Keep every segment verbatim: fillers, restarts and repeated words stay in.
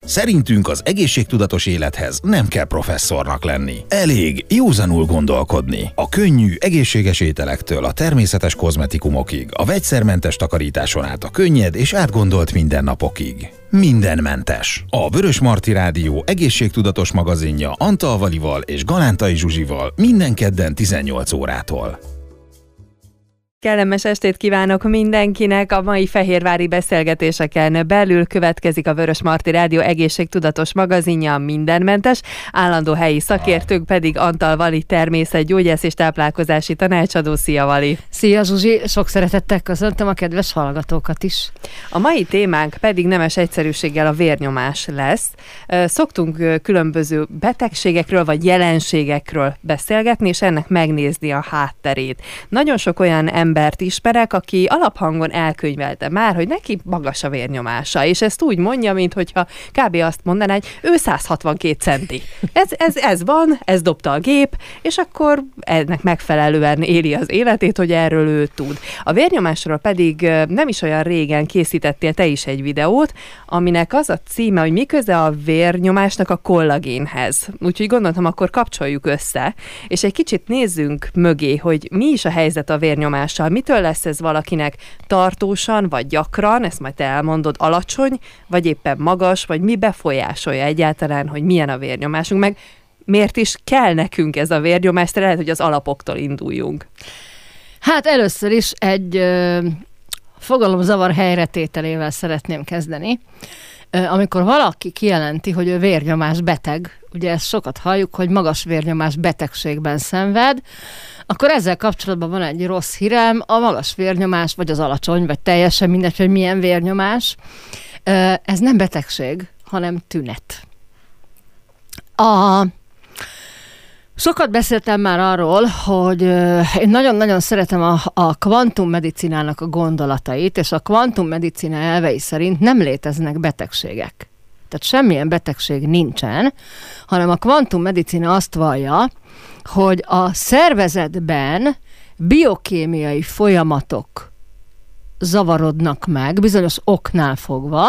Szerintünk az egészségtudatos élethez nem kell professzornak lenni. Elég józanul gondolkodni. A könnyű, egészséges ételektől a természetes kozmetikumokig, a vegyszermentes takarításon át a könnyed és átgondolt mindennapokig. Mindenmentes. A Vörösmarty Rádió egészségtudatos magazinja Antal Valival és Galántai Zsuzsival minden kedden tizennyolc órától. Kellemes estét kívánok mindenkinek! A mai fehérvári beszélgetéseken belül következik a Vörösmarty Rádió egészségtudatos magazinja, Mindenmentes, állandó helyi szakértők pedig Antal Vali, természetgyógyász és táplálkozási tanácsadó. Szia, Vali! Szia, Zsuzsi! Sok szeretettel köszöntöm a kedves hallgatókat is. A mai témánk pedig nemes egyszerűséggel a vérnyomás lesz. Szoktunk különböző betegségekről vagy jelenségekről beszélgetni, és ennek megnézni a hátterét. Nagyon sok olyan ember embert ismerek, aki alaphangon elkönyvelte már, hogy neki magas a vérnyomása, és ezt úgy mondja, minthogyha kb. Azt mondaná, hogy ő száz hatvankét centi. Ez, ez, ez van, ez dobta a gép, és akkor ennek megfelelően éli az életét, hogy erről ő tud. A vérnyomásról pedig nem is olyan régen készítettél te is egy videót, aminek az a címe, hogy mi köze a vérnyomásnak a kollagénhez. Úgyhogy gondoltam, akkor kapcsoljuk össze, és egy kicsit nézzünk mögé, hogy mi is a helyzet a vérnyomással. Mitől lesz ez valakinek tartósan, vagy gyakran, ezt majd te elmondod, alacsony, vagy éppen magas, vagy mi befolyásolja egyáltalán, hogy milyen a vérnyomásunk, meg miért is kell nekünk ez a vérnyomás, de lehet, hogy az alapoktól induljunk. Hát először is egy ö, fogalomzavar helyretételével szeretném kezdeni. Ö, amikor valaki kijelenti, hogy ő vérnyomás beteg, ugye ezt sokat halljuk, hogy magas vérnyomás betegségben szenved, akkor ezzel kapcsolatban van egy rossz hírem, a magas vérnyomás, vagy az alacsony, vagy teljesen mindegy, hogy milyen vérnyomás, ez nem betegség, hanem tünet. A... Sokat beszéltem már arról, hogy én nagyon-nagyon szeretem a, a kvantummedicinának a gondolatait, és a kvantummedicina elvei szerint nem léteznek betegségek. Tehát semmilyen betegség nincsen, hanem a kvantummedicina azt vallja, hogy a szervezetben biokémiai folyamatok zavarodnak meg, bizonyos oknál fogva,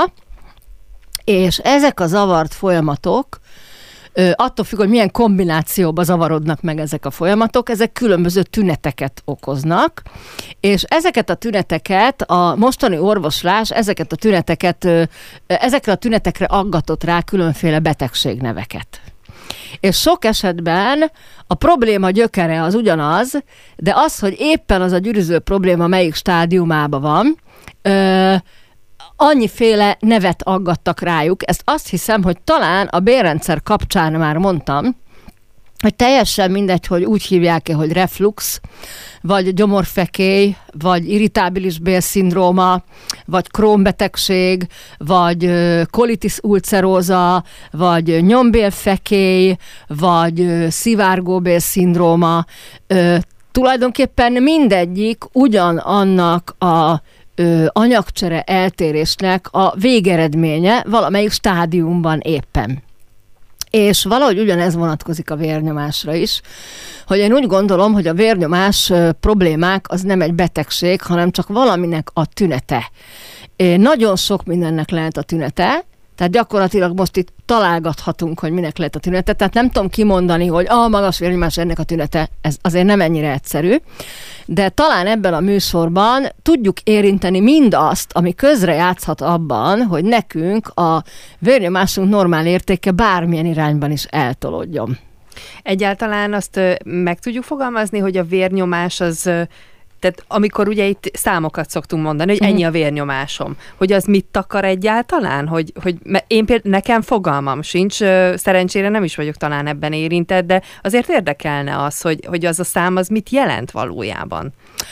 és ezek a zavart folyamatok, attól függ, hogy milyen kombinációban zavarodnak meg ezek a folyamatok, ezek különböző tüneteket okoznak, és ezeket a tüneteket, a mostani orvoslás ezeket a tüneteket, ezekre a tünetekre aggatott rá különféle betegségneveket. És sok esetben a probléma gyökere az ugyanaz, de az, hogy éppen az a gyűrűző probléma melyik stádiumában van, ö, annyiféle nevet aggattak rájuk. Ezt azt hiszem, hogy talán a bélrendszer kapcsán már mondtam, hogy teljesen mindegy, hogy úgy hívják-e, hogy reflux, vagy gyomorfekély, vagy irritábilis bélszindróma, vagy Crohn-betegség, vagy colitis ulceróza, vagy nyombélfekély, vagy szivárgóbélszindróma. Tulajdonképpen mindegyik ugyanannak a anyagcsere eltérésnek a végeredménye valamelyik stádiumban éppen. És valahogy ugyanez vonatkozik a vérnyomásra is, hogy én úgy gondolom, hogy a vérnyomás problémák az nem egy betegség, hanem csak valaminek a tünete. Nagyon sok mindennek lehet a tünete, tehát gyakorlatilag most itt találgathatunk, hogy minek lehet a tünete, tehát nem tudom kimondani, hogy a magas vérnyomás ennek a tünete, ez azért nem ennyire egyszerű, de talán ebben a műsorban tudjuk érinteni mindazt, ami közrejátszhat abban, hogy nekünk a vérnyomásunk normál értéke bármilyen irányban is eltolódjon. Egyáltalán azt meg tudjuk fogalmazni, hogy a vérnyomás az... Tehát amikor ugye itt számokat szoktunk mondani, hogy ennyi a vérnyomásom, hogy az mit takar egyáltalán? Hogy, hogy én például nekem fogalmam sincs, szerencsére nem is vagyok talán ebben érintett, de azért érdekelne az, hogy, hogy az a szám az mit jelent valójában.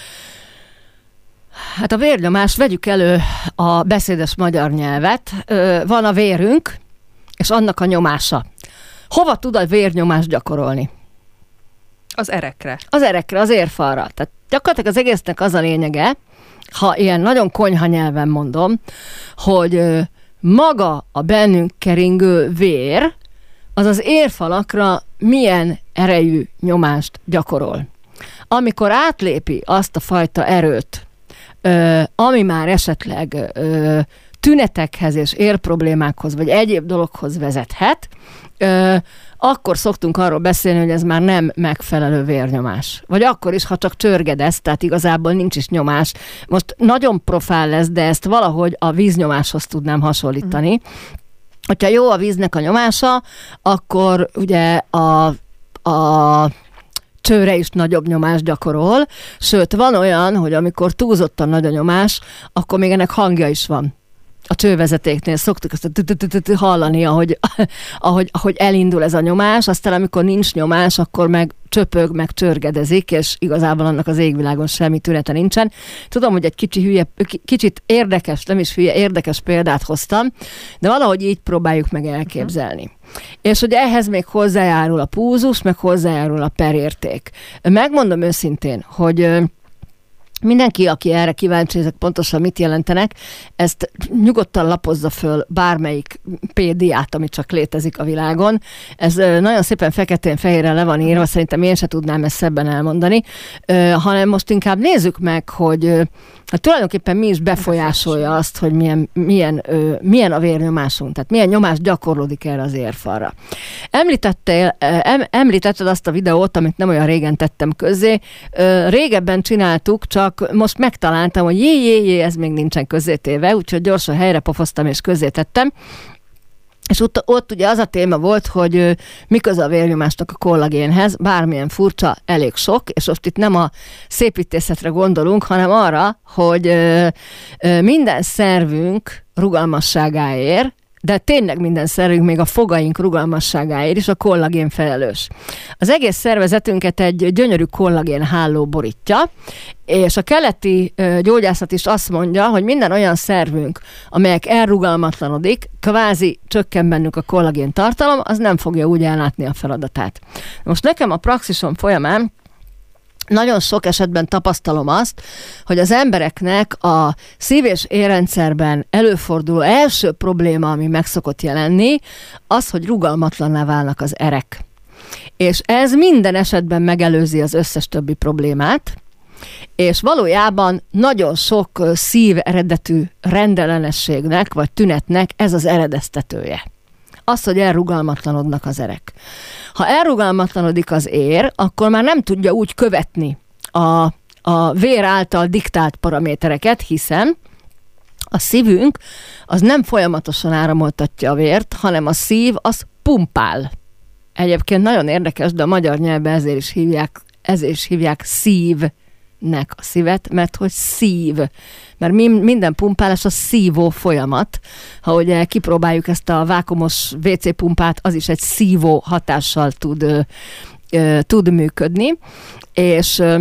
Hát a vérnyomás, vegyük elő a beszédes magyar nyelvet, van a vérünk, és annak a nyomása. Hova tud a vérnyomást gyakorolni? Az erekre. Az erekre, az érfalra. Tehát gyakorlatilag az egésznek az a lényege, ha ilyen nagyon konyha nyelven mondom, hogy maga a bennünk keringő vér, az az érfalakra milyen erejű nyomást gyakorol. Amikor átlépi azt a fajta erőt, ami már esetleg tünetekhez és érproblémákhoz, vagy egyéb dologhoz vezethet, ö, akkor szoktunk arról beszélni, hogy ez már nem megfelelő vérnyomás. Vagy akkor is, ha csak csörgedez, tehát igazából nincs is nyomás. Most nagyon profán lesz, de ezt valahogy a víznyomáshoz tudnám hasonlítani. Mm. Hogyha jó a víznek a nyomása, akkor ugye a, a csőre is nagyobb nyomást gyakorol, sőt, van olyan, hogy amikor túlzottan nagy a nyomás, akkor még ennek hangja is van. A csővezetéknél szoktuk azt hallani, ahogy, ahogy, ahogy elindul ez a nyomás, aztán amikor nincs nyomás, akkor meg csöpög, meg csörgedezik, és igazából annak az égvilágon semmi tünete nincsen. Tudom, hogy egy kicsi hülye, kicsit érdekes, nem is hülye, érdekes példát hoztam, de valahogy így próbáljuk meg elképzelni. Uh-huh. És hogy ehhez még hozzájárul a púzus, meg hozzájárul a perérték. Megmondom őszintén, hogy mindenki, aki erre kíváncsi, ezek pontosan mit jelentenek, ezt nyugodtan lapozza föl bármelyik pé dé á-t, ami csak létezik a világon. Ez nagyon szépen feketén-fehérre le van írva, szerintem én se tudnám ezt szebben elmondani, hanem most inkább nézzük meg, hogy hát tulajdonképpen mi is befolyásolja azt, hogy milyen, milyen, milyen a vérnyomásunk, tehát milyen nyomás gyakorlódik erre az érfalra. Említettél, em, említetted azt a videót, amit nem olyan régen tettem közzé. Régebben csináltuk, csak most megtaláltam, hogy jé, jé, jé, ez még nincsen közzétéve, úgyhogy gyorsan helyre pofoztam és közzétettem. És ott, ott ugye az a téma volt, hogy mi köze a vérnyomásnak a kollagénhez, bármilyen furcsa, elég sok, és most itt nem a szépítészetre gondolunk, hanem arra, hogy ö, ö, minden szervünk rugalmasságáért, de tényleg minden szervünk, még a fogaink rugalmasságáért is a kollagén felelős. Az egész szervezetünket egy gyönyörű kollagén háló borítja, és a keleti ö, gyógyászat is azt mondja, hogy minden olyan szervünk, amelyek elrugalmatlanodik, kvázi csökken bennük a kollagén tartalom, az nem fogja úgy ellátni a feladatát. Most nekem a praxisom folyamán nagyon sok esetben tapasztalom azt, hogy az embereknek a szív- és érrendszerben előforduló első probléma, ami meg szokott jelenni, az, hogy rugalmatlanná válnak az erek. És ez minden esetben megelőzi az összes többi problémát, és valójában nagyon sok szív eredetű rendellenességnek vagy tünetnek ez az eredeztetője. Az, hogy elrugalmatlanodnak az erek. Ha elrugalmatlanodik az ér, akkor már nem tudja úgy követni a, a vér által diktált paramétereket, hiszen a szívünk az nem folyamatosan áramoltatja a vért, hanem a szív az pumpál. Egyébként nagyon érdekes, de a magyar nyelvben ezért is hívják, ezért is hívják szívnek a szívet, mert hogy szív. Mert minden pumpálás a szívó folyamat. Ha ugye kipróbáljuk ezt a vákumos vé cé pumpát, az is egy szívó hatással tud, ö, ö, tud működni. És ö,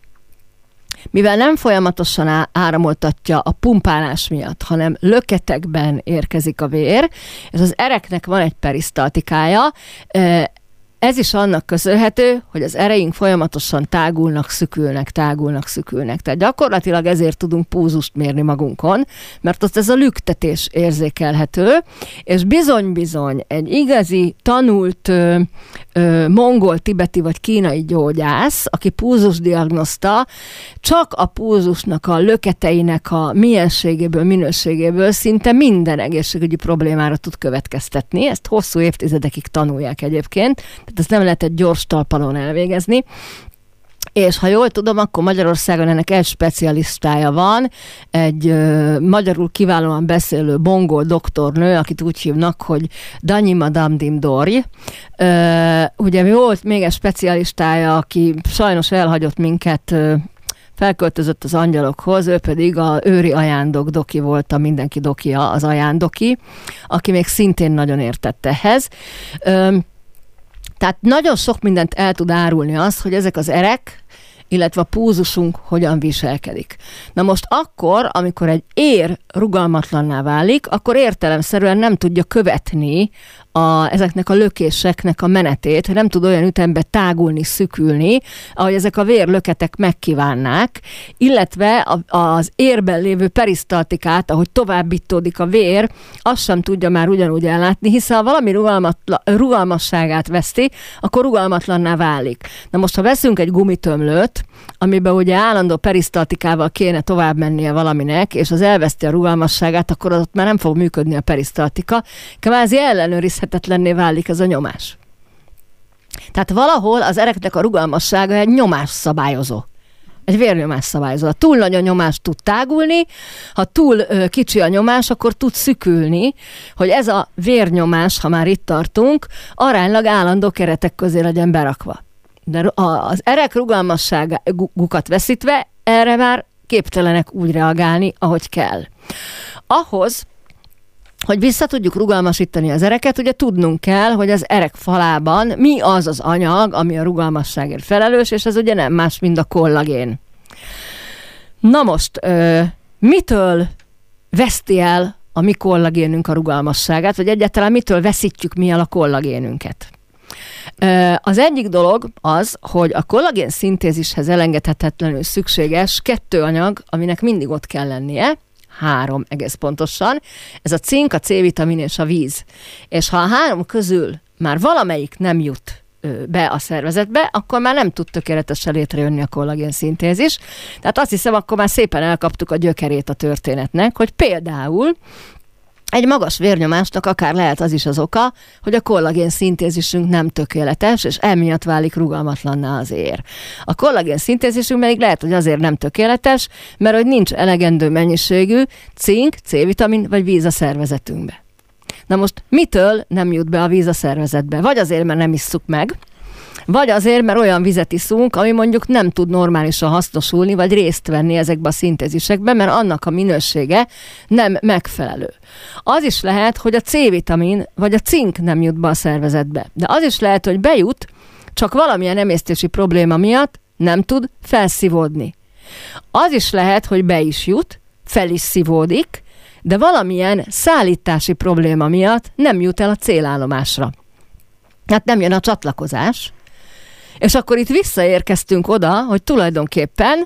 mivel nem folyamatosan áramoltatja a pumpálás miatt, hanem löketekben érkezik a vér, és az ereknek van egy perisztaltikája, ö, ez is annak köszönhető, hogy az ereink folyamatosan tágulnak, szükülnek, tágulnak, szükülnek. Tehát gyakorlatilag ezért tudunk púzust mérni magunkon, mert ott ez a lüktetés érzékelhető, és bizony-bizony egy igazi, tanult ö, ö, mongol, tibeti vagy kínai gyógyász, aki púzus diagnoszta, csak a púzusnak a löketeinek a mienségéből, minőségéből szinte minden egészségügyi problémára tud következtetni. Ezt hosszú évtizedekig tanulják egyébként, tehát ezt nem lehet egy gyors talpalon elvégezni. És ha jól tudom, akkor Magyarországon ennek egy specialistája van, egy ö, magyarul kiválóan beszélő mongol doktornő, akit úgy hívnak, hogy Danyi Madame Dimdori. Ö, ugye volt még egy specialistája, aki sajnos elhagyott minket, ö, felköltözött az angyalokhoz, ő pedig a őri ajándok doki volt, a mindenki dokia, az ajándoki, aki még szintén nagyon értett ehhez. Ö, Tehát nagyon sok mindent el tud árulni az, hogy ezek az erek, illetve a púzusunk hogyan viselkedik. Na most akkor, amikor egy ér rugalmatlanná válik, akkor értelemszerűen nem tudja követni a, ezeknek a lökéseknek a menetét, nem tud olyan ütembe tágulni, szükülni, ahogy ezek a vérlöketek megkívánnák, illetve a, az érben lévő perisztaltikát, ahogy továbbítódik a vér, azt sem tudja már ugyanúgy ellátni, hiszen ha valami rugalmasságát veszti, akkor rugalmatlanná válik. Na most, ha veszünk egy gumitömlőt, út, amiben ugye állandó perisztaltikával kéne tovább mennie valaminek, és az elveszti a rugalmasságát, akkor ott már nem fog működni a perisztaltika, kvázi ellenőrizhetetlenné válik ez a nyomás. Tehát valahol az ereknek a rugalmassága egy nyomás szabályozó. Egy vérnyomás szabályozó. Ha túl nagy a nyomás, tud tágulni, ha túl ö, kicsi a nyomás, akkor tud szükülni, hogy ez a vérnyomás, ha már itt tartunk, aránylag állandó keretek közé legyen berakva. De az erek rugalmasságukat veszítve erre már képtelenek úgy reagálni, ahogy kell. Ahhoz, hogy vissza tudjuk rugalmasítani az ereket, ugye tudnunk kell, hogy az erek falában mi az az anyag, ami a rugalmasságért felelős, és ez ugye nem más, mint a kollagén. Na most, ö, mitől veszti el a mi kollagénünk a rugalmasságát, vagy egyáltalán mitől veszítjük mi el a kollagénünket? Ö, az egyik dolog az, hogy a kollagén szintézishez elengedhetetlenül szükséges kettő anyag, aminek mindig ott kell lennie, három egész pontosan. Ez a cink, a C-vitamin és a víz. És ha a három közül már valamelyik nem jut be a szervezetbe, akkor már nem tud tökéletesen létrejönni a kollagén szintézis. Tehát azt hiszem, akkor már szépen elkaptuk a gyökerét a történetnek, hogy például egy magas vérnyomásnak akár lehet az is az oka, hogy a kollagén szintézisünk nem tökéletes, és emiatt válik rugalmatlanná az ér. A kollagén szintézisünk pedig lehet, hogy azért nem tökéletes, mert hogy nincs elegendő mennyiségű cink, C-vitamin vagy víz a szervezetünkbe. Na most mitől nem jut be a víz a szervezetbe? Vagy azért, mert nem isszuk meg, vagy azért, mert olyan vizet iszunk, ami mondjuk nem tud normálisan hasznosulni, vagy részt venni ezekbe a szintézisekbe, mert annak a minősége nem megfelelő. Az is lehet, hogy a C-vitamin vagy a cink nem jut be a szervezetbe. De az is lehet, hogy bejut, csak valamilyen emésztési probléma miatt nem tud felszívódni. Az is lehet, hogy be is jut, fel is szívódik, de valamilyen szállítási probléma miatt nem jut el a célállomásra. Hát nem jön a csatlakozás, és akkor itt visszaérkeztünk oda, hogy tulajdonképpen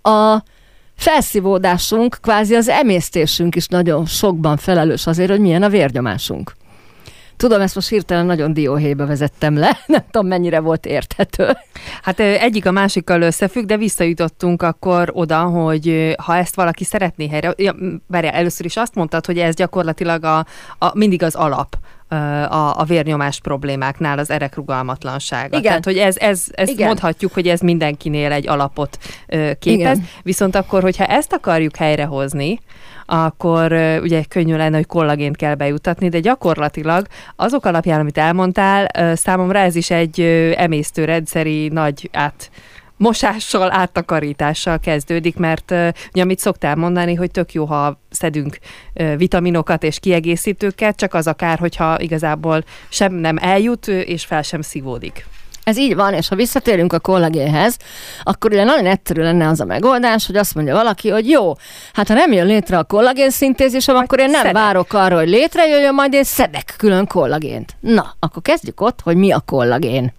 a felszívódásunk, kvázi az emésztésünk is nagyon sokban felelős azért, hogy milyen a vérnyomásunk. Tudom, ezt most hirtelen nagyon dióhéjba vezettem le, nem tudom, mennyire volt érthető. Hát egyik a másikkal összefügg, de visszajutottunk akkor oda, hogy ha ezt valaki szeretné helyre... Ja, várjál, először is azt mondtad, hogy ez gyakorlatilag a, a, mindig az alap a, a vérnyomás problémáknál, az erek rugalmatlansága. Igen. Tehát, hogy ez, ez, ezt Igen. mondhatjuk, hogy ez mindenkinél egy alapot képez. Igen. Viszont akkor, hogyha ezt akarjuk helyrehozni, akkor uh, ugye könnyű lenne, hogy kollagént kell bejutatni, de gyakorlatilag azok alapján, amit elmondtál, uh, számomra ez is egy uh, emésztőrendszeri nagy át mosással, áttakarítással kezdődik, mert uh, ugye, amit szoktál mondani, hogy tök jó, ha szedünk uh, vitaminokat és kiegészítőket, csak az a kár, hogyha igazából sem nem eljut, és fel sem szívódik. Ez így van, és ha visszatérünk a kollagénhez, akkor ugye nagyon egyszerű lenne az a megoldás, hogy azt mondja valaki, hogy jó, hát ha nem jön létre a kollagén szintézisem, akkor én nem szedek. Várok arra, hogy létrejöjjön, majd én szedek külön kollagént. Na, akkor kezdjük ott, hogy mi a kollagén.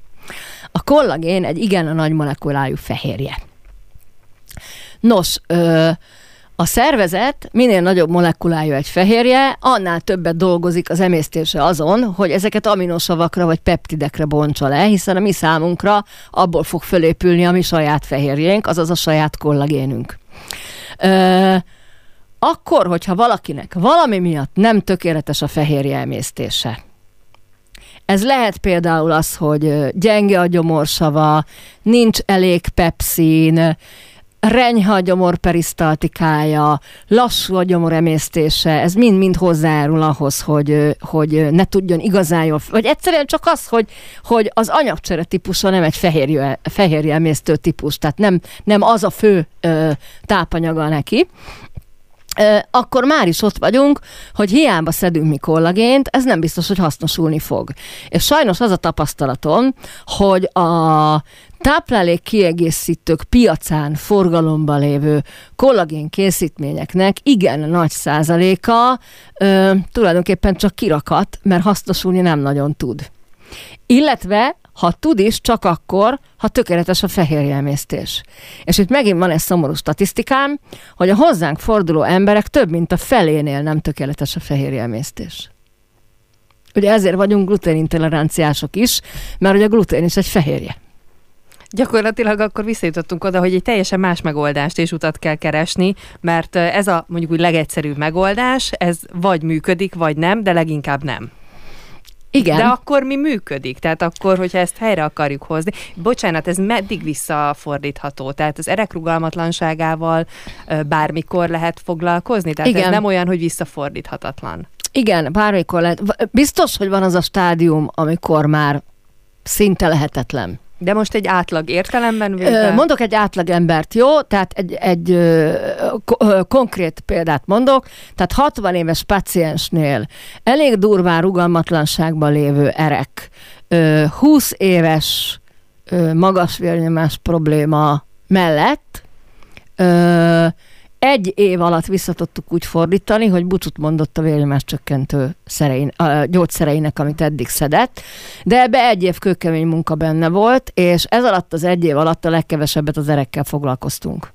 A kollagén egy igen a nagy molekulájú fehérje. Nos, ö, a szervezet minél nagyobb molekulájú egy fehérje, annál többet dolgozik az emésztése azon, hogy ezeket aminosavakra vagy peptidekre bontsa le, hiszen a mi számunkra abból fog fölépülni a mi saját fehérjénk, azaz a saját kollagénünk. Ö, akkor, hogyha valakinek valami miatt nem tökéletes a fehérje emésztése, ez lehet például az, hogy gyenge a gyomorsava, nincs elég pepszin, renyha a gyomor perisztaltikája, lassú a gyomor emésztése, ez mind-mind hozzájárul ahhoz, hogy, hogy ne tudjon igazán jól, vagy egyszerűen csak az, hogy, hogy az anyagcsere típusa nem egy fehérje, fehérje emésztő típus, tehát nem, nem az a fő ö, tápanyaga neki, akkor már is ott vagyunk, hogy hiába szedünk mi kollagént, ez nem biztos, hogy hasznosulni fog. És sajnos az a tapasztalatom, hogy a táplálék kiegészítők piacán forgalomban lévő kollagén készítményeknek igen nagy százaléka ö, tulajdonképpen csak kirakat, mert hasznosulni nem nagyon tud. Illetve ha tud is, csak akkor, ha tökéletes a fehérjeemésztés. És itt megint van egy szomorú statisztikám, hogy a hozzánk forduló emberek több mint a felénél nem tökéletes a fehérjeemésztés. Ugye ezért vagyunk gluténintoleranciások is, mert ugye a glutén is egy fehérje. Gyakorlatilag akkor visszajutottunk oda, hogy egy teljesen más megoldást és utat kell keresni, mert ez a mondjuk úgy legegyszerűbb megoldás, ez vagy működik, vagy nem, de leginkább nem. Igen. De akkor mi működik? Tehát akkor, hogyha ezt helyre akarjuk hozni, bocsánat, ez meddig visszafordítható? Tehát az erek rugalmatlanságával bármikor lehet foglalkozni? Tehát Igen. ez nem olyan, hogy visszafordíthatatlan. Igen, bármikor lehet. Biztos, hogy van az a stádium, amikor már szinte lehetetlen. De most egy átlag értelemben? Végül? Mondok egy átlag embert, jó? Tehát egy, egy ö, ö, konkrét példát mondok. Tehát hatvan éves paciensnél elég durván rugalmatlanságban lévő erek, ö, húsz éves ö, magas vérnyomás probléma mellett ö, egy év alatt vissza tudtuk úgy fordítani, hogy búcsút mondott a vérnyomás csökkentő szerein, a gyógyszereinek, amit eddig szedett, de ebbe egy év kőkemény munka benne volt, és ez alatt az egy év alatt a legkevesebbet az erekkel foglalkoztunk.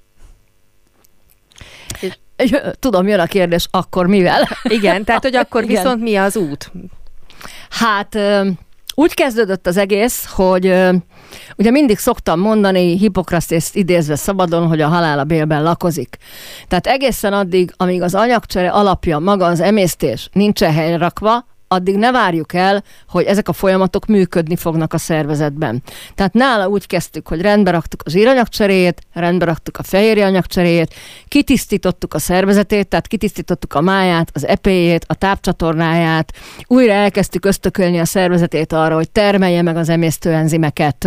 Tudom, jön a kérdés, akkor mivel? Igen, tehát hogy akkor Igen. viszont mi az út? Hát... Úgy kezdődött az egész, hogy uh, ugye mindig szoktam mondani, Hippokratészt idézve szabadon, hogy a halál a bélben lakozik. Tehát egészen addig, amíg az anyagcsere alapja, maga az emésztés nincsen helyre rakva, addig ne várjuk el, hogy ezek a folyamatok működni fognak a szervezetben. Tehát nála úgy kezdtük, hogy rendbe raktuk a zsíranyagcseréjét, rendbe raktuk a fehérje anyagcseréjét, kitisztítottuk a szervezetét, tehát kitisztítottuk a máját, az epéjét, a tápcsatornáját, újra elkezdtük ösztökölni a szervezetét arra, hogy termelje meg az emésztőenzimeket.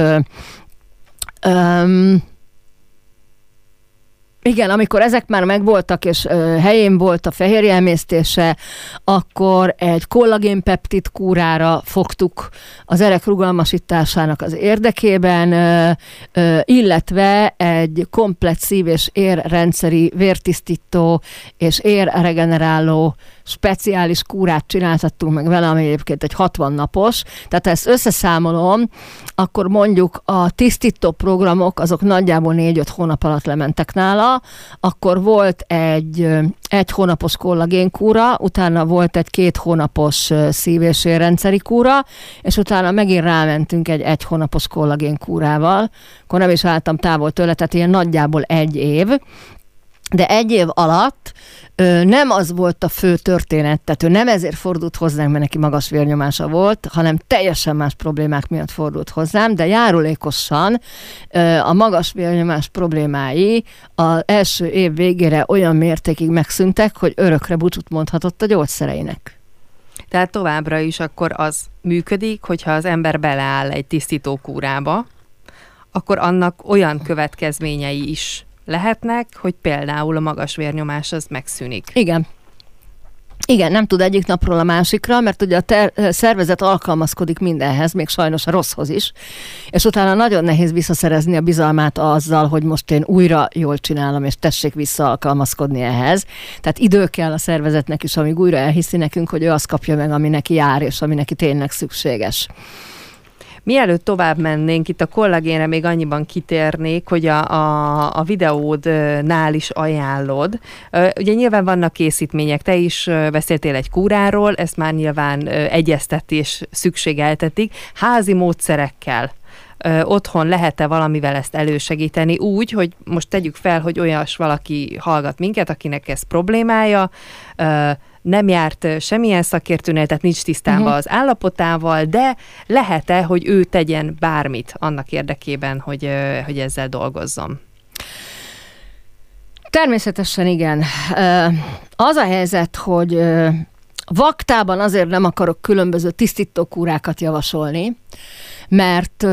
Öm, Igen, amikor ezek már megvoltak, és ö, helyén volt a fehérje emésztése, akkor egy kollagénpeptid kúrára fogtuk az erek rugalmasításának az érdekében, ö, ö, illetve egy komplett szív- és érrendszeri vértisztító és érregeneráló speciális kúrát csináltattunk meg vele, ami egyébként egy hatvan napos. Tehát ha ezt összeszámolom, akkor mondjuk a tisztító programok, azok nagyjából négy-öt hónap alatt lementek nála, akkor volt egy egy hónapos kollagénkúra, utána volt egy két hónapos szív- és érrendszeri kúra, és utána megint rámentünk egy egy hónapos kollagénkúrával. Akkor nem is álltam távol tőle, tehát ilyen nagyjából egy év. De egy év alatt ö, nem az volt a fő történet, tehát ő nem ezért fordult hozzánk, mert neki magas vérnyomása volt, hanem teljesen más problémák miatt fordult hozzám, de járulékosan ö, a magas vérnyomás problémái az első év végére olyan mértékig megszűntek, hogy örökre búcsút mondhatott a gyógyszereinek. Tehát továbbra is akkor az működik, hogyha az ember beleáll egy tisztítókúrába, akkor annak olyan következményei is lehetnek, hogy például a magas vérnyomás az megszűnik. Igen. Igen, nem tud egyik napról a másikra, mert ugye a ter- szervezet alkalmazkodik mindenhez, még sajnos a rosszhoz is, és utána nagyon nehéz visszaszerezni a bizalmát azzal, hogy most én újra jól csinálom, és tessék visszaalkalmazkodni ehhez. Tehát idő kell a szervezetnek is, amíg újra elhiszi nekünk, hogy ő azt kapja meg, ami neki jár, és ami neki tényleg szükséges. Mielőtt tovább mennénk, itt a kollagénre még annyiban kitérnék, hogy a, a, a videódnál is ajánlod. Ugye nyilván vannak készítmények, te is beszéltél egy kúráról, ezt már nyilván egyezteti és szükségeltetik. Házi módszerekkel otthon lehet-e valamivel ezt elősegíteni úgy, hogy most tegyük fel, hogy olyas valaki hallgat minket, akinek ez problémája, nem járt semmilyen szakértőnél, tehát nincs tisztában uh-huh. az állapotával, de lehet-e, hogy ő tegyen bármit annak érdekében, hogy, hogy ezzel dolgozzon? Természetesen igen. Az a helyzet, hogy vaktában azért nem akarok különböző tisztítókúrákat javasolni, mert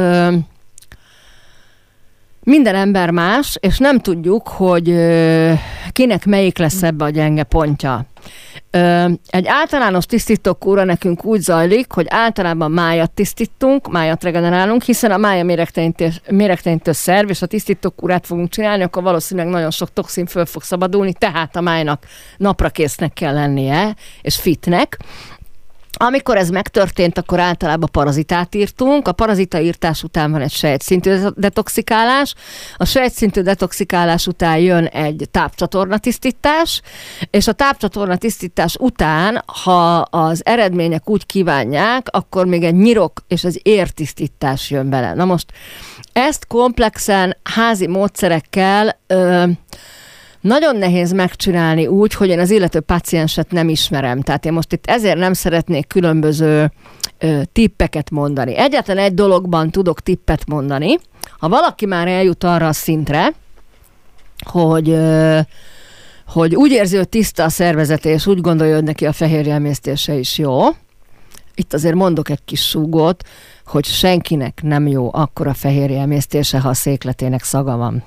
minden ember más, és nem tudjuk, hogy kinek melyik lesz ebbe a gyenge pontja. Egy általános tisztítókúra nekünk úgy zajlik, hogy általában májat tisztítunk, májat regenerálunk, hiszen a mája méregtelenítő szerv, és a tisztítókúrát fogunk csinálni, akkor valószínűleg nagyon sok toxin föl fog szabadulni, tehát a májnak naprakésznek kell lennie, és fitnek. Amikor ez megtörtént, akkor általában parazitát írtunk. A parazitaírtás után van egy sejtszintű detoxikálás. A sejtszintű detoxikálás után jön egy tápcsatornatisztítás, és a tápcsatornatisztítás után, ha az eredmények úgy kívánják, akkor még egy nyirok és egy értisztítás jön bele. Na most ezt komplexen házi módszerekkel ö, nagyon nehéz megcsinálni úgy, hogy én az illető pácienset nem ismerem. Tehát én most itt ezért nem szeretnék különböző ö, tippeket mondani. Egyetlen egy dologban tudok tippet mondani. Ha valaki már eljut arra a szintre, hogy, ö, hogy úgy érzi, hogy tiszta a szervezete, és úgy gondolja, hogy neki a fehérjeemésztése is jó, itt azért mondok egy kis súgót, hogy senkinek nem jó akkora fehérjeemésztése, ha a székletének szaga van.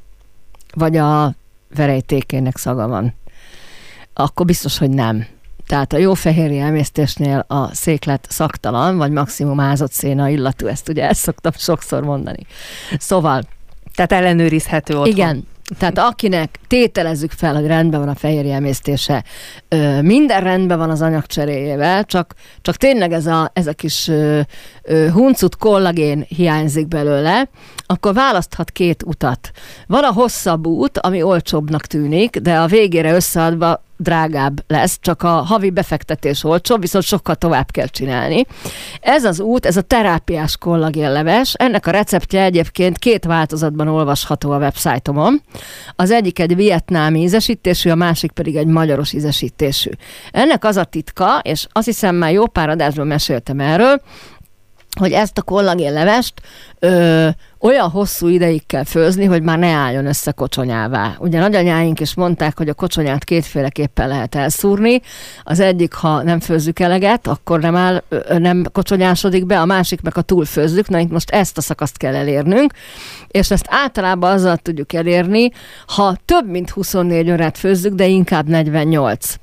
Vagy a verejtékének szaga van. Akkor biztos, hogy nem. Tehát a jó fehérje emésztésnél a széklet szagtalan, vagy maximum ázott széna illatú, ezt ugye ezt szoktam sokszor mondani. Szóval... Tehát ellenőrizhető otthon. Igen. Tehát akinek tételezzük fel, hogy rendben van a fehérje emésztése, minden rendben van az anyagcseréjével, csak, csak tényleg ez a, ez a kis ö, ö, huncut kollagén hiányzik belőle, akkor választhat két utat. Van a hosszabb út, ami olcsóbbnak tűnik, de a végére összeadva drágább lesz, csak a havi befektetés olcsóbb, viszont sokkal tovább kell csinálni. Ez az út, ez a terápiás kollagénleves, ennek a receptje egyébként két változatban olvasható a websájtomon. Az egyik egy vietnámi ízesítésű, a másik pedig egy magyaros ízesítésű. Ennek az a titka, és azt hiszem már jó pár adásban meséltem erről, hogy ezt a kollagénlevest ö, olyan hosszú ideig kell főzni, hogy már ne álljon össze kocsonyává. Ugye nagyanyáink is mondták, hogy a kocsonyát kétféleképpen lehet elszúrni. Az egyik, ha nem főzzük eleget, akkor nem, áll, nem kocsonyásodik be, a másik meg, ha túlfőzzük. Na itt most ezt a szakaszt kell elérnünk, és ezt általában azzal tudjuk elérni, ha több mint huszonnégy órát főzzük, de inkább negyvennyolc.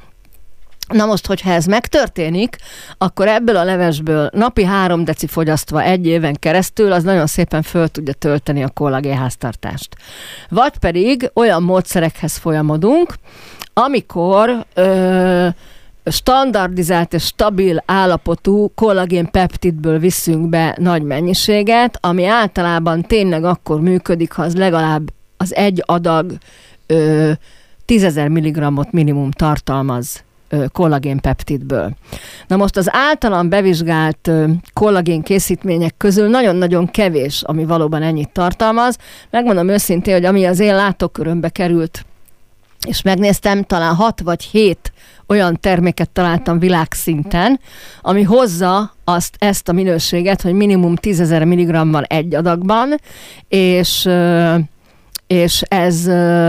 Na most, hogyha ez megtörténik, akkor ebből a levesből napi három deci fogyasztva egy éven keresztül, az nagyon szépen föl tudja tölteni a kollagénháztartást. Vagy pedig olyan módszerekhez folyamodunk, amikor ö, standardizált és stabil állapotú kollagénpeptidből viszünk be nagy mennyiséget, ami általában tényleg akkor működik, ha az legalább az egy adag ö, tízezer milligrammot minimum tartalmaz kollagénpeptidből. Na most az általam bevizsgált kollagén készítmények közül nagyon-nagyon kevés, ami valóban ennyit tartalmaz. Megmondom őszintén, hogy ami az én látókörömbe került, és megnéztem, talán hat vagy hét olyan terméket találtam világszinten, ami hozza azt, ezt a minőséget, hogy minimum tízezer milligramm van egy adagban, és, és ez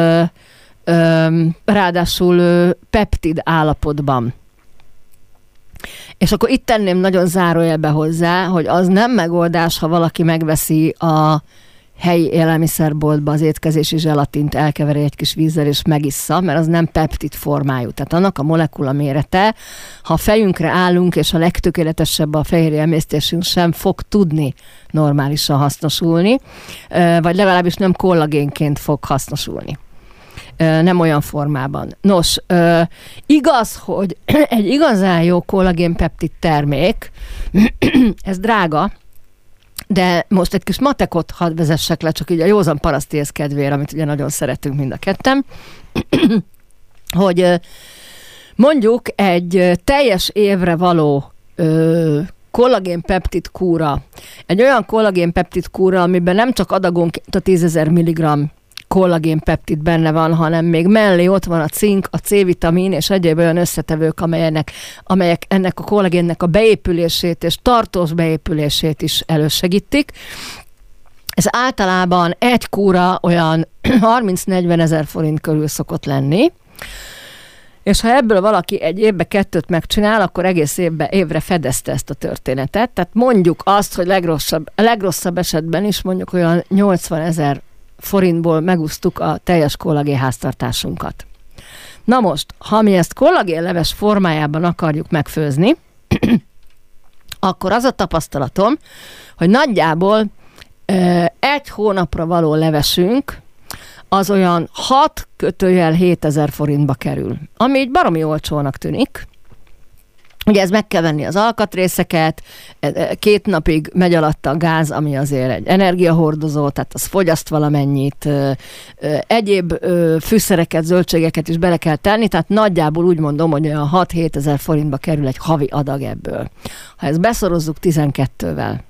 ráadásul peptid állapotban. És akkor itt tenném nagyon zárójelbe hozzá, hogy az nem megoldás, ha valaki megveszi a helyi élelmiszerboltba az étkezési zselatint, elkeveri egy kis vízzel és megissza, mert az nem peptid formájú. Tehát annak a molekula mérete, ha a fejünkre állunk, és a legtökéletesebb a fehérje emésztésünk sem fog tudni normálisan hasznosulni, vagy legalábbis nem kollagénként fog hasznosulni. Nem olyan formában. Nos, igaz, hogy egy igazán jó kollagénpeptid termék, ez drága, de most egy kis matekot hadd vezessek le, csak így a józan parasztész kedvére, amit ugye nagyon szeretünk mind a ketten, hogy mondjuk egy teljes évre való kollagénpeptid kúra, egy olyan kollagénpeptid kúra, amiben nem csak adagonként a tízezer milligramm kollagénpeptid benne van, hanem még mellé ott van a cink, a C-vitamin és egyéb olyan összetevők, amelyek, amelyek ennek a kollagénnek a beépülését és tartós beépülését is elősegítik. Ez általában egy kúra olyan harminc-negyven ezer forint körül szokott lenni, és ha ebből valaki egy évbe kettőt megcsinál, akkor egész évbe, évre fedezte ezt a történetet. Tehát mondjuk azt, hogy legrosszabb, legrosszabb esetben is mondjuk olyan nyolcvan ezer forintból megúsztuk a teljes kollagénháztartásunkat. Na most, ha mi ezt kollagénleves formájában akarjuk megfőzni, akkor az a tapasztalatom, hogy nagyjából e, egy hónapra való levesünk az olyan hat kötőjel hétezer forintba kerül, ami így baromi olcsónak tűnik, Ugye ez meg kell venni az alkatrészeket, két napig megy alatta a gáz, ami azért egy energiahordozó, tehát az fogyaszt valamennyit, egyéb fűszereket, zöldségeket is bele kell tenni, tehát nagyjából úgy mondom, hogy olyan hat-hét ezer forintba kerül egy havi adag ebből. Ha ezt beszorozzuk tizenkettővel,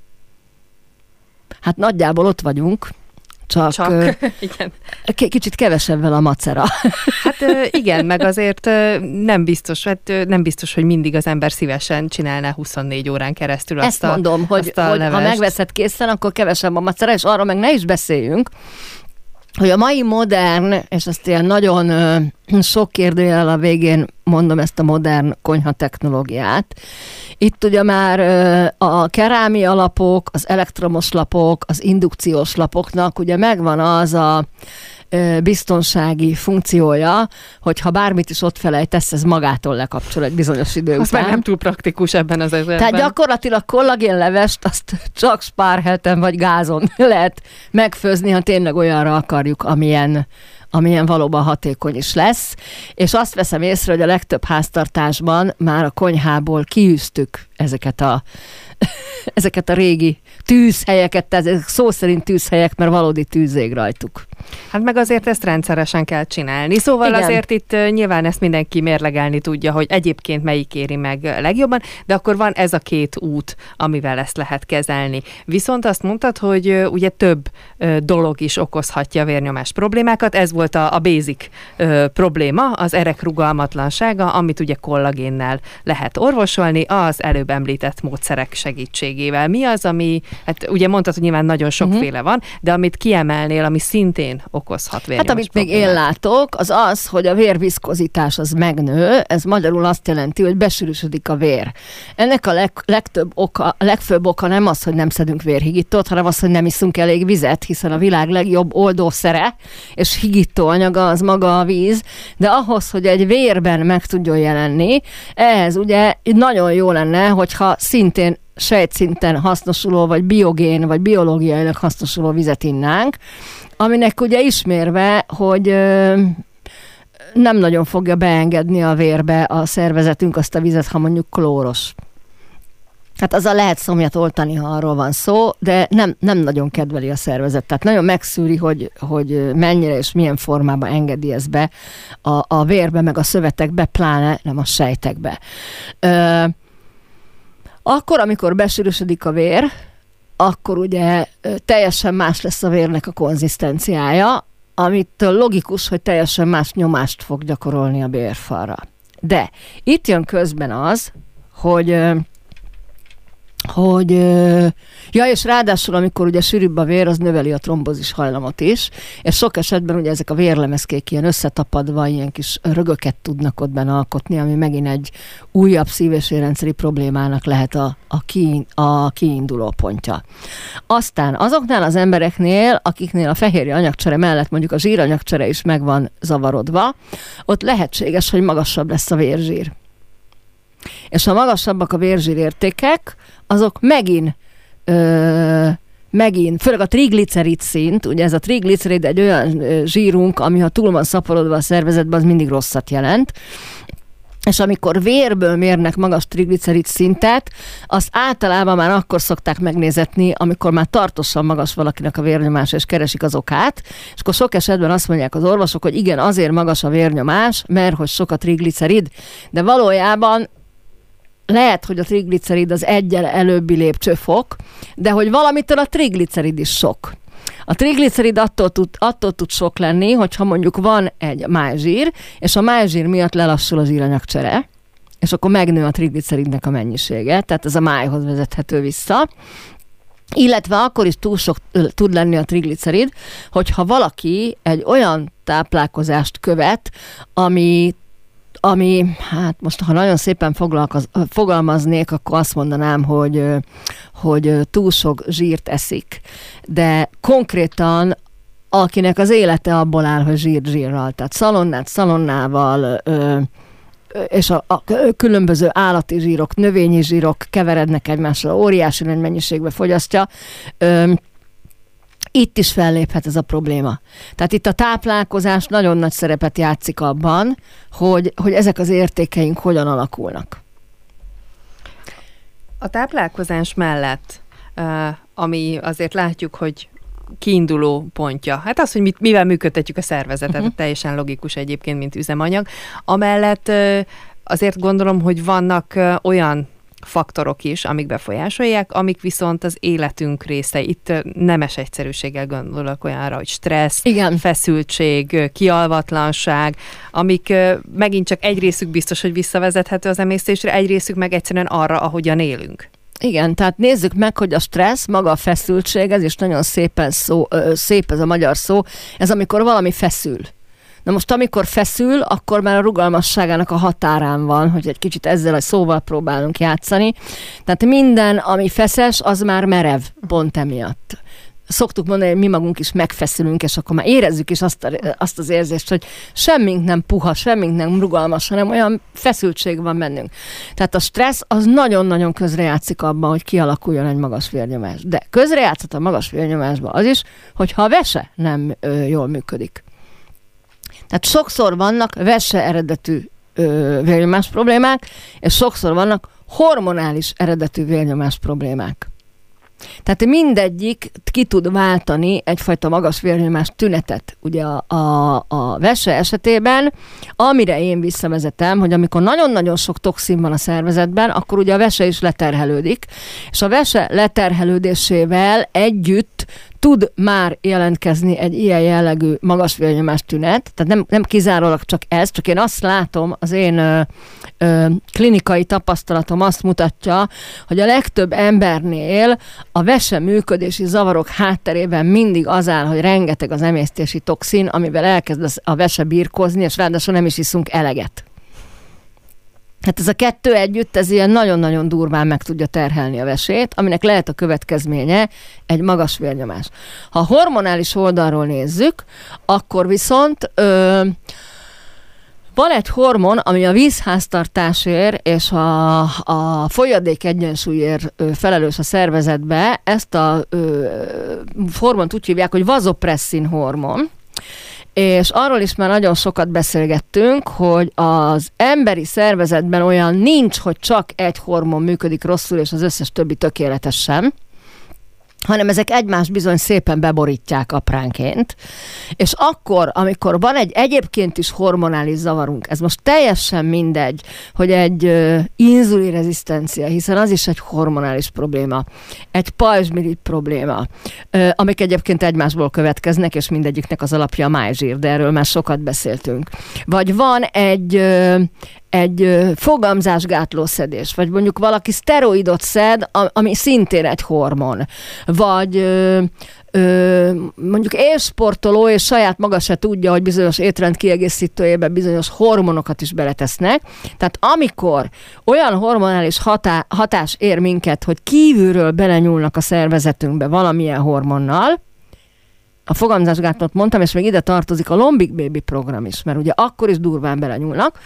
hát nagyjából ott vagyunk, Csak, Csak ö, igen. K- kicsit kevesebben a macera. Hát ö, igen, meg azért ö, nem biztos, hát, ö, nem biztos, hogy mindig az ember szívesen csinálná huszonnégy órán keresztül azt Ezt a mondom, hogy, azt a hogy ha levest. megveszed készen, akkor kevesebb a macera, és arról meg ne is beszéljünk, hogy a mai modern, és ezt ilyen nagyon ö, sok kérdőjel a végén mondom ezt a modern konyha technológiát. Itt ugye már ö, a kerámia lapok, az elektromos lapok, az indukciós lapoknak ugye megvan az a ö, biztonsági funkciója, hogy ha bármit is ott felejtesz, ez magától lekapcsol egy bizonyos idő Az után. már nem túl praktikus ebben az esetben. Tehát gyakorlatilag kollagénlevest azt csak spárhelten vagy gázon lehet megfőzni, ha tényleg olyanra akarjuk, amilyen, amilyen valóban hatékony is lesz. És azt veszem észre, hogy a legtöbb háztartásban már a konyhából kiűztük ezeket a, ezeket a régi tűzhelyeket, tehát ezek szó szerint tűzhelyek, mert valódi tűz ég rajtuk. Hát meg azért ezt rendszeresen kell csinálni. Szóval Igen. azért itt uh, nyilván ezt mindenki mérlegelni tudja, hogy egyébként melyik éri meg legjobban, de akkor van ez a két út, amivel ezt lehet kezelni. Viszont azt mondtad, hogy uh, ugye több uh, dolog is okozhatja a vérnyomás problémákat. Ez volt a, a basic uh, probléma, az erek rugalmatlansága, amit ugye kollagénnel lehet orvosolni, az előbb említett módszerek segítségével. Mi az, ami, hát ugye mondtad, hogy nyilván nagyon sokféle uh-huh. van, de amit kiemelnél, ami szintén okozhat vérnyomás Hát amit problémát. még én látok, az az, hogy a vérviszkozitás az megnő, ez magyarul azt jelenti, hogy besűrűsödik a vér. Ennek a leg, legtöbb oka, a legfőbb oka nem az, hogy nem szedünk vérhigítót, hanem az, hogy nem iszunk elég vizet, hiszen a világ legjobb oldószere és higító anyaga az maga a víz, de ahhoz, hogy egy vérben meg tudjon jelenni, ehhez ugye nagyon jó lenne, hogyha szintén sejtszinten hasznosuló, vagy biogén, vagy biológiailag hasznosuló vizet innánk, aminek ugye ismérve, hogy ö, nem nagyon fogja beengedni a vérbe a szervezetünk azt a vizet, ha mondjuk klóros. Hát azzal lehet szomjat oltani, ha arról van szó, de nem, nem nagyon kedveli a szervezet. Tehát nagyon megszűri, hogy, hogy mennyire és milyen formában engedi ezt be a, a vérbe, meg a szövetekbe, pláne nem a sejtekbe. Ö, Akkor, amikor besűrűsödik a vér, akkor ugye teljesen más lesz a vérnek a konzisztenciája, amitől logikus, hogy teljesen más nyomást fog gyakorolni a bérfalra. De itt jön közben az, hogy hogy ja, és ráadásul, amikor ugye sűrűbb a vér, az növeli a trombózis hajlamot is, és sok esetben ugye ezek a vérlemezkék ilyen összetapadva, ilyen kis rögöket tudnak ott benne alkotni, ami megint egy újabb szív- és érrendszeri problémának lehet a, a, ki, a kiinduló pontja. Aztán azoknál az embereknél, akiknél a fehérje anyagcsere mellett mondjuk a zsíranyagcsere is meg van zavarodva, ott lehetséges, hogy magasabb lesz a vérzsír. És ha magasabbak a vérzsírértékek, azok megint, ö, megint, főleg a triglicerid szint, ugye ez a triglicerid egy olyan ö, zsírunk, ami ha túl van szaporodva a szervezetben, az mindig rosszat jelent. És amikor vérből mérnek magas triglicerid szintet, azt általában már akkor szokták megnézetni, amikor már tartósan magas valakinek a vérnyomás, és keresik az okát, és akkor sok esetben azt mondják az orvosok, hogy igen, azért magas a vérnyomás, mert hogy sok a triglicerid, de valójában lehet, hogy a triglicerid az egyel előbbi lépcsőfok, de hogy valamitől a triglicerid is sok. A triglicerid attól tud, attól tud sok lenni, hogyha mondjuk van egy májzsír, és a májzsír miatt lelassul a zsíranyagcsere, és akkor megnő a trigliceridnek a mennyisége, tehát ez a májhoz vezethető vissza. Illetve akkor is túl sok tud lenni a triglicerid, hogyha valaki egy olyan táplálkozást követ, ami ami, hát most ha nagyon szépen fogalmaznék, akkor azt mondanám, hogy, hogy túl sok zsírt eszik. De konkrétan akinek az élete abból áll, hogy zsír zsírral, tehát szalonnát szalonnával, és a, a különböző állati zsírok, növényi zsírok keverednek egymással, óriási nagy mennyiségbe fogyasztja, itt is felléphet ez a probléma. Tehát itt a táplálkozás nagyon nagy szerepet játszik abban, hogy, hogy ezek az értékeink hogyan alakulnak. A táplálkozás mellett, ami azért látjuk, hogy kiinduló pontja. Hát az, hogy mit, mivel működtetjük a szervezetet, uh-huh. teljesen logikus egyébként, mint üzemanyag. Amellett azért gondolom, hogy vannak olyan faktorok is, amik befolyásolják, amik viszont az életünk része. Itt nemes egyszerűséggel gondolok olyanra, hogy stressz, igen. feszültség, kialvatlanság, amik megint csak egy részük biztos, hogy visszavezethető az emésztésre, egy részük meg egyszerűen arra, ahogyan élünk. Igen, tehát nézzük meg, hogy a stressz, maga a feszültség, ez is nagyon szépen szó, szép ez a magyar szó, ez amikor valami feszül. Na most amikor feszül, akkor már a rugalmasságának a határán van, hogy egy kicsit ezzel a szóval próbálunk játszani. Tehát minden, ami feszes, az már merev, pont emiatt. Szoktuk mondani, hogy mi magunk is megfeszülünk, és akkor már érezzük is azt, a, azt az érzést, hogy semmink nem puha, semmink nem rugalmas, hanem olyan feszültség van bennünk. Tehát a stressz az nagyon-nagyon közrejátszik abban, hogy kialakuljon egy magas vérnyomás. De közrejátszott a magas vérnyomásban az is, hogyha a vese nem ö, jól működik. Tehát sokszor vannak vese eredetű ö, vérnyomás problémák, és sokszor vannak hormonális eredetű vérnyomás problémák. Tehát mindegyik ki tud váltani egyfajta magas vérnyomás tünetet. Ugye a, a, a vese esetében, amire én visszavezetem, hogy amikor nagyon-nagyon sok toxin van a szervezetben, akkor ugye a vese is leterhelődik, és a vese leterhelődésével együtt tud már jelentkezni egy ilyen jellegű magas vérnyomás tünet, tehát nem, nem kizárólag csak ez, csak én azt látom, az én ö, ö, klinikai tapasztalatom azt mutatja, hogy a legtöbb embernél a vese működési zavarok hátterében mindig az áll, hogy rengeteg az emésztési toxin, amivel elkezd a vese birkózni, és ráadásul nem is iszunk eleget. Hát ez a kettő együtt, ez ilyen nagyon-nagyon durván meg tudja terhelni a vesét, aminek lehet a következménye egy magas vérnyomás. Ha a hormonális oldalról nézzük, akkor viszont ö, van egy hormon, ami a vízháztartásért és a, a folyadék egyensúlyért ö, felelős a szervezetbe. Ezt a ö, hormont úgy hívják, hogy vazopresszin hormon. És arról is már nagyon sokat beszélgettünk, hogy az emberi szervezetben olyan nincs, hogy csak egy hormon működik rosszul, és az összes többi tökéletesen, hanem ezek egymást bizony szépen beborítják apránként. És akkor, amikor van egy egyébként is hormonális zavarunk, ez most teljesen mindegy, hogy egy uh, inzulinrezisztencia, hiszen az is egy hormonális probléma, egy pajzsmirigy probléma, uh, amik egyébként egymásból következnek, és mindegyiknek az alapja a májzsír, de erről már sokat beszéltünk. Vagy van egy... Uh, egy fogamzásgátló szedés, vagy mondjuk valaki szteroidot szed, ami szintén egy hormon, vagy ö, ö, mondjuk élsportoló, és saját maga se tudja, hogy bizonyos étrend kiegészítőjében bizonyos hormonokat is beletesznek. Tehát amikor olyan hormonális hatá, hatás ér minket, hogy kívülről belenyúlnak a szervezetünkbe valamilyen hormonnal, a fogamzásgátlót mondtam, és még ide tartozik a Lombik Baby program is, mert ugye akkor is durván belenyúlnak,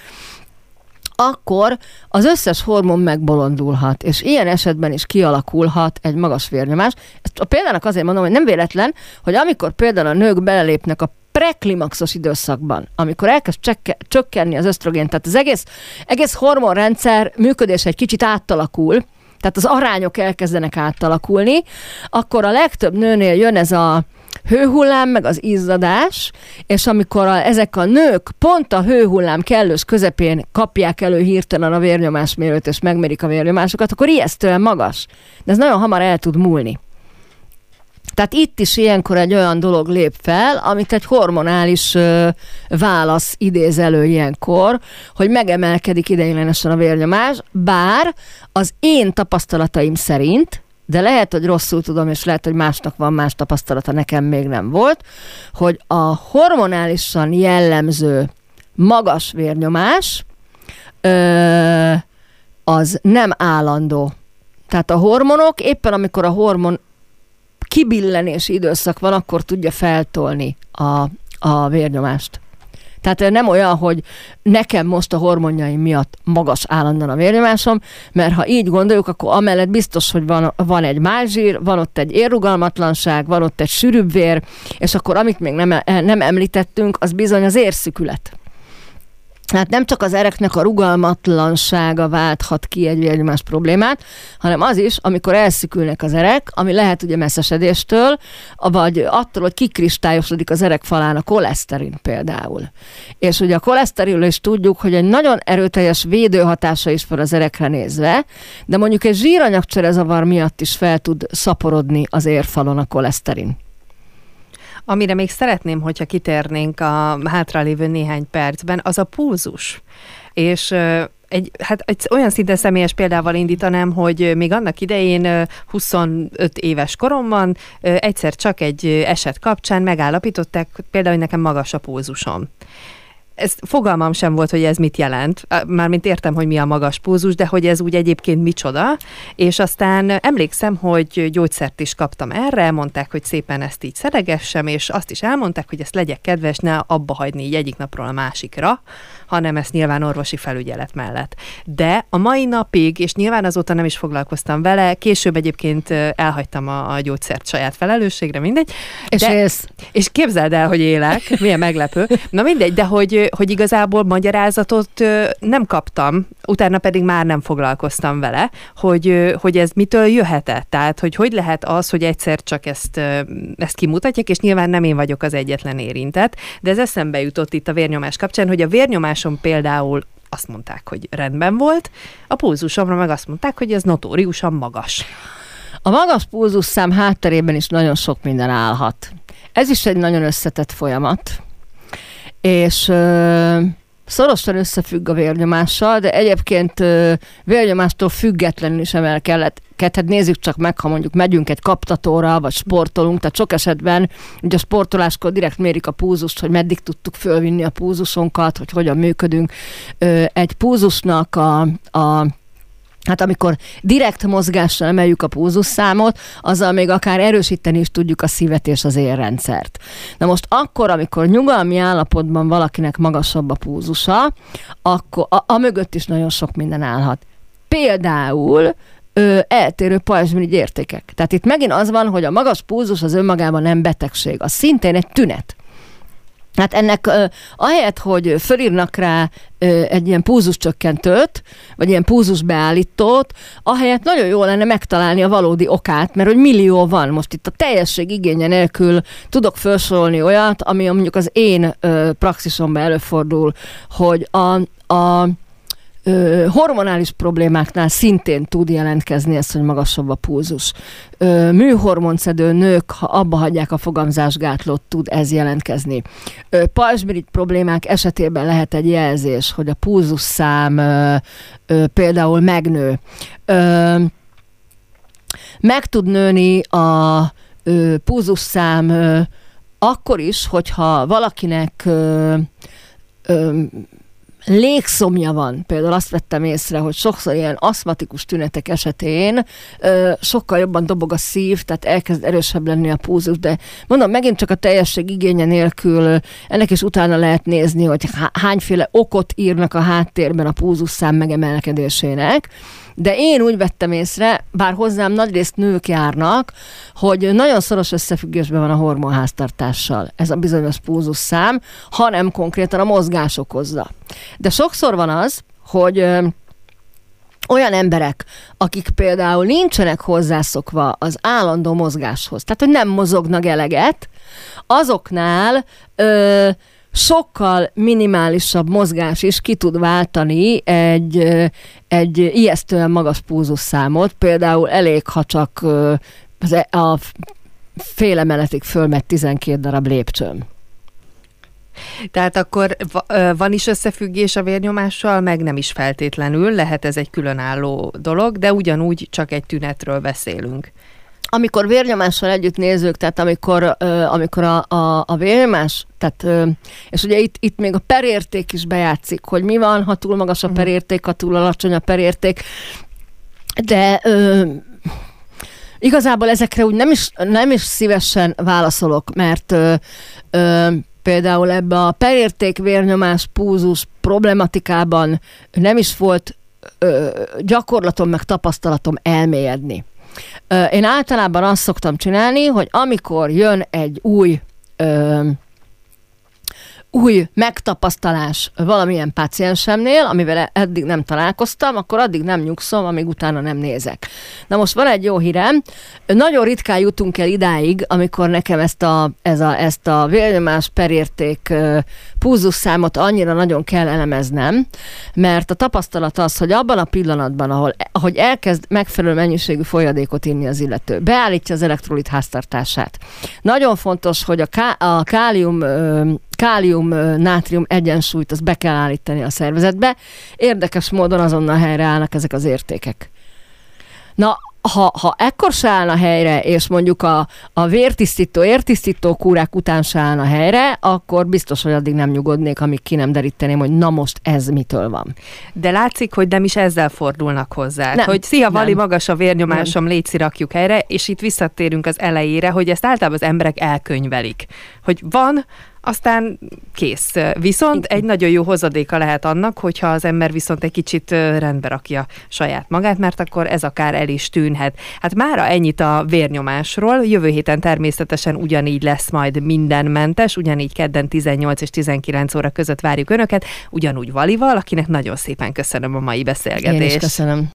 akkor az összes hormon megbolondulhat, és ilyen esetben is kialakulhat egy magas vérnyomás. Ezt a példának azért mondom, hogy nem véletlen, hogy amikor például a nők belelépnek a preklimaxos időszakban, amikor elkezd csekke, csökkenni az ösztrogén, tehát az egész, egész hormonrendszer működése egy kicsit átalakul, tehát az arányok elkezdenek átalakulni, akkor a legtöbb nőnél jön ez a hőhullám, meg az izzadás, és amikor a, ezek a nők pont a hőhullám kellős közepén kapják elő hirtelen a vérnyomásmérőt, és megmérik a vérnyomásokat, akkor ijesztően magas. De ez nagyon hamar el tud múlni. Tehát itt is ilyenkor egy olyan dolog lép fel, amit egy hormonális ö, válasz idéz elő ilyenkor, hogy megemelkedik ideiglenesen a vérnyomás, bár az én tapasztalataim szerint, de lehet, hogy rosszul tudom, és lehet, hogy másnak van más tapasztalata, nekem még nem volt, hogy a hormonálisan jellemző magas vérnyomás ö, az nem állandó. Tehát a hormonok, éppen amikor a hormon kibillenési időszak van, akkor tudja feltolni a, a vérnyomást. Tehát nem olyan, hogy nekem most a hormonjaim miatt magas állandóan a vérnyomásom, mert ha így gondoljuk, akkor amellett biztos, hogy van, van egy májzsír, van ott egy érrugalmatlanság, van ott egy sűrűbb vér, és akkor amit még nem, nem említettünk, az bizony az érszükület. Hát nem csak az ereknek a rugalmatlansága válthat ki egy vérnyomás problémát, hanem az is, amikor elszükülnek az erek, ami lehet ugye messzesedéstől, vagy attól, hogy kikristályosodik az erek falán a koleszterin például. És ugye a koleszterinről is tudjuk, hogy egy nagyon erőteljes védőhatása is van az erekre nézve, de mondjuk egy zsíranyagcserezavar miatt is fel tud szaporodni az érfalon a koleszterin. Amire még szeretném, hogyha kitérnénk a hátralévő néhány percben, az a pulzus. És egy, hát egy olyan szinte személyes példával indítanám, hogy még annak idején huszonöt éves koromban egyszer csak egy eset kapcsán megállapították, például, hogy nekem magas a pulzusom. Ez fogalmam sem volt, hogy ez mit jelent. Mármint értem, hogy mi a magas pulzus, de hogy ez úgy egyébként micsoda. És aztán emlékszem, hogy gyógyszert is kaptam erre, mondták, hogy szépen ezt így szedegessem, és azt is elmondták, hogy ezt legyek kedves, ne abba hagyni így egyik napról a másikra, hanem ezt nyilván orvosi felügyelet mellett. De a mai napig, és nyilván azóta nem is foglalkoztam vele, később egyébként elhagytam a, a gyógyszert saját felelősségre, mindegy. És, de, ez... és képzeld el, hogy élek, milyen meglepő. Na mindegy, de hogy hogy igazából magyarázatot nem kaptam, utána pedig már nem foglalkoztam vele, hogy, hogy ez mitől jöhetett. Tehát, hogy hogy lehet az, hogy egyszer csak ezt, ezt kimutatják, és nyilván nem én vagyok az egyetlen érintett, de ez eszembe jutott itt a vérnyomás kapcsán, hogy a vérnyomásom például azt mondták, hogy rendben volt, a pulzusomra meg azt mondták, hogy ez notóriusan magas. A magas pulzusszám hátterében is nagyon sok minden állhat. Ez is egy nagyon összetett folyamat, és ö, szorosan összefügg a vérnyomással, de egyébként ö, vérnyomástól függetlenül is emelkedhet. Nézzük csak meg, ha mondjuk megyünk egy kaptatóra, vagy sportolunk, tehát sok esetben ugye a sportoláskor direkt mérik a pulzust, hogy meddig tudtuk fölvinni a pulzusunkat, hogy hogyan működünk. Ö, egy pulzusnak a, a Hát amikor direkt mozgással emeljük a pulzusszámot, azzal még akár erősíteni is tudjuk a szívet és az érrendszert. Na most akkor, amikor nyugalmi állapotban valakinek magasabb a pulzusa, akkor a, a mögött is nagyon sok minden állhat. Például ö, eltérő pajzsmirigy értékek. Tehát itt megint az van, hogy a magas pulzus az önmagában nem betegség, az szintén egy tünet. Hát ennek uh, ahelyett, hogy fölírnak rá uh, egy ilyen pulzuscsökkentőt, vagy ilyen pulzusbeállítót, ahelyett nagyon jó lenne megtalálni a valódi okát, mert hogy millió van. Most itt a teljesség igénye nélkül tudok felsorolni olyat, ami mondjuk az én uh, praxisomban előfordul, hogy a, a Ö, hormonális problémáknál szintén tud jelentkezni ez, hogy magasabb a pulzus. Ö, műhormonszedő nők, ha abba hagyják a fogamzásgátlót, tud ez jelentkezni. Ö, pajzsmirigy problémák esetében lehet egy jelzés, hogy a pulzusszám ö, ö, például megnő. Ö, meg tud nőni a ö, pulzusszám ö, akkor is, hogyha valakinek ö, ö, légszomja van. Például azt vettem észre, hogy sokszor ilyen aszmatikus tünetek esetén ö, sokkal jobban dobog a szív, tehát elkezd erősebb lenni a pulzus, de mondom, megint csak a teljesség igénye nélkül ennek is utána lehet nézni, hogy hányféle okot írnak a háttérben a pulzusszám megemelkedésének. De én úgy vettem észre, bár hozzám nagyrészt nők járnak, hogy nagyon szoros összefüggésben van a hormonháztartással ez a bizonyos pulzusszám, hanem konkrétan a mozgás okozza. De sokszor van az, hogy ö, olyan emberek, akik például nincsenek hozzászokva az állandó mozgáshoz, tehát hogy nem mozognak eleget, azoknál ö, sokkal minimálisabb mozgás is ki tud váltani egy, egy ijesztően magas pulzusszámot. Például elég, ha csak a fél emeletig fölmegy tizenkét darab lépcsőn. Tehát akkor van is összefüggés a vérnyomással, meg nem is feltétlenül, lehet ez egy különálló dolog, de ugyanúgy csak egy tünetről beszélünk. Amikor vérnyomással együtt nézzük, tehát amikor, uh, amikor a, a, a vérnyomás, tehát, uh, és ugye itt, itt még a perérték is bejátszik, hogy mi van, ha túl magas a perérték, ha túl alacsony a perérték, de uh, igazából ezekre úgy nem is, nem is szívesen válaszolok, mert uh, uh, például ebbe a perérték, vérnyomás, pulzus problematikában nem is volt uh, gyakorlatom meg tapasztalatom elmélyedni. Én általában azt szoktam csinálni, hogy amikor jön egy új, ö, új megtapasztalás valamilyen páciensemnél, amivel eddig nem találkoztam, akkor addig nem nyugszom, amíg utána nem nézek. Na most van egy jó hírem, nagyon ritkán jutunk el idáig, amikor nekem ezt a, ez a, ezt a vérnyomás perérték pulzusszámot annyira nagyon kell elemeznem, mert a tapasztalat az, hogy abban a pillanatban, ahol, ahogy elkezd megfelelő mennyiségű folyadékot inni az illető, beállítja az elektrolit háztartását. Nagyon fontos, hogy a, ká- a kálium kálium-nátrium egyensúlyt azt be kell állítani a szervezetbe. Érdekes módon azonnal helyreállnak ezek az értékek. Na, ha, ha ekkor se állna helyre, és mondjuk a, a vértisztító, értisztító kúrák után se állna helyre, akkor biztos, hogy addig nem nyugodnék, amíg ki nem deríteném, hogy na most ez mitől van. De látszik, hogy nem is ezzel fordulnak hozzá. Nem, hogy szia, Vali, nem. magas a vérnyomásom, légy rakjuk helyre, és itt visszatérünk az elejére, hogy ezt általában az emberek elkönyvelik. Hogy van, aztán kész. Viszont egy nagyon jó hozadéka lehet annak, hogyha az ember viszont egy kicsit rendbe rakja saját magát, mert akkor ez akár el is tűnhet. Hát mára ennyit a vérnyomásról. Jövő héten természetesen ugyanígy lesz majd mindenmentes, ugyanígy kedden tizennyolc és tizenkilenc óra között várjuk Önöket, ugyanúgy Valival, akinek nagyon szépen köszönöm a mai beszélgetést. Én is köszönöm.